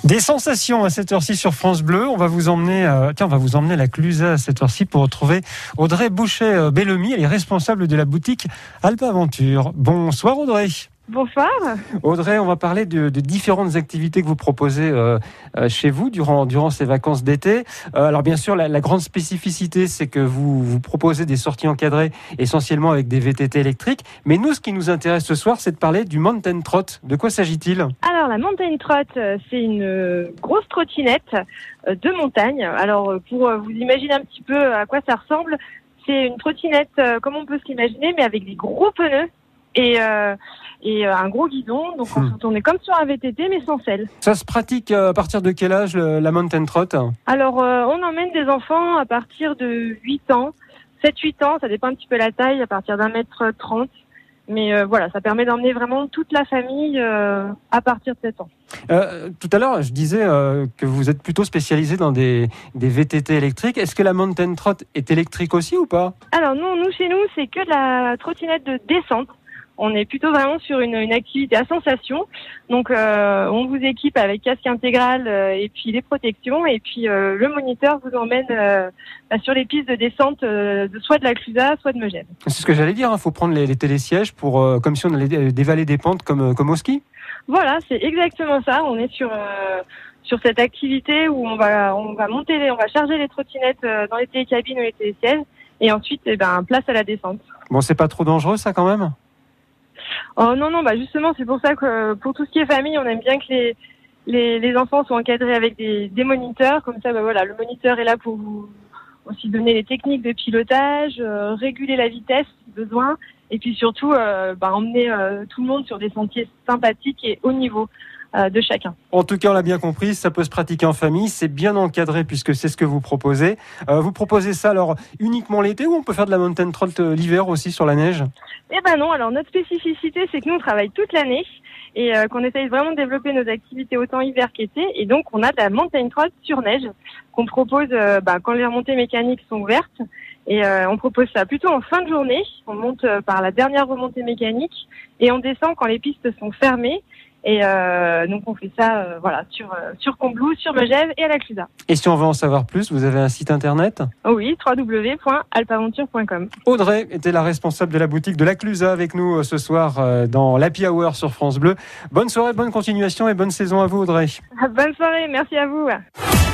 Des sensations à cette heure-ci sur France Bleu. On va vous emmener, on va vous emmener à la Clusaz à cette heure-ci pour retrouver Audrey Bouchet-Bellamy. Elle est responsable de la boutique Alpa Aventure. Bonsoir Audrey. Bonsoir. Audrey, on va parler de différentes activités que vous proposez chez vous durant ces vacances d'été. Alors bien sûr, la grande spécificité, c'est que vous proposez des sorties encadrées essentiellement avec des VTT électriques. Mais nous, ce qui nous intéresse ce soir, c'est de parler du Mountain Trot. De quoi s'agit-il ? Alors la Mountain Trot, c'est une grosse trottinette de montagne. Alors pour vous imaginer un petit peu à quoi ça ressemble, c'est une trottinette comme on peut se l'imaginer, mais avec des gros pneus et un gros guidon. Donc on est comme sur un VTT mais sans selle. Ça se pratique à partir de quel âge la Mountain Trot ? Alors on emmène des enfants à partir de 8 ans, 7-8 ans, ça dépend un petit peu la taille, à partir d'1m30. Mais voilà, ça permet d'emmener vraiment toute la famille à partir de 7 ans. Tout à l'heure, je disais que vous êtes plutôt spécialisé dans des VTT électriques. Est-ce que la Mountain Trot est électrique aussi ou pas ? Alors nous, chez nous, c'est que de la trottinette de descente. On est plutôt vraiment sur une activité à sensation. Donc on vous équipe avec casque intégral et puis les protections. Et puis le moniteur vous emmène sur les pistes de descente soit de la Clusaz, soit de Megève. C'est ce que j'allais dire, il faut prendre les télésièges pour, comme si on allait dévaler des pentes comme au ski. Voilà, c'est exactement ça. On est sur cette activité où on va charger les trottinettes dans les télécabines ou les télésièges. Et ensuite, place à la descente. Bon, c'est pas trop dangereux ça quand même ? Oh non, justement, c'est pour ça que pour tout ce qui est famille, on aime bien que les enfants soient encadrés avec des moniteurs. Comme ça, le moniteur est là pour vous aussi donner les techniques de pilotage, réguler la vitesse si besoin, et puis surtout emmener tout le monde sur des sentiers sympathiques et haut niveau de chacun. En tout cas, on l'a bien compris, ça peut se pratiquer en famille, c'est bien encadré puisque c'est ce que vous proposez. Vous proposez ça alors uniquement l'été ou on peut faire de la Mountain Trot l'hiver aussi sur la neige ? Eh ben non, alors notre spécificité, c'est que nous on travaille toute l'année et qu'on essaye vraiment de développer nos activités autant hiver qu'été. Et donc on a de la Mountain Trot sur neige qu'on propose quand les remontées mécaniques sont ouvertes. Et on propose ça plutôt en fin de journée. On monte par la dernière remontée mécanique et on descend quand les pistes sont fermées. Et donc on fait ça sur Combloux, sur Megève et à la Clusaz. Et si on veut en savoir plus, vous avez un site internet ? Oui, www.alpaventure.com. Audrey était la responsable de la boutique de la Clusaz avec nous ce soir dans l'Happy Hour sur France Bleu. Bonne soirée, bonne continuation et bonne saison à vous Audrey. Bonne soirée, merci à vous.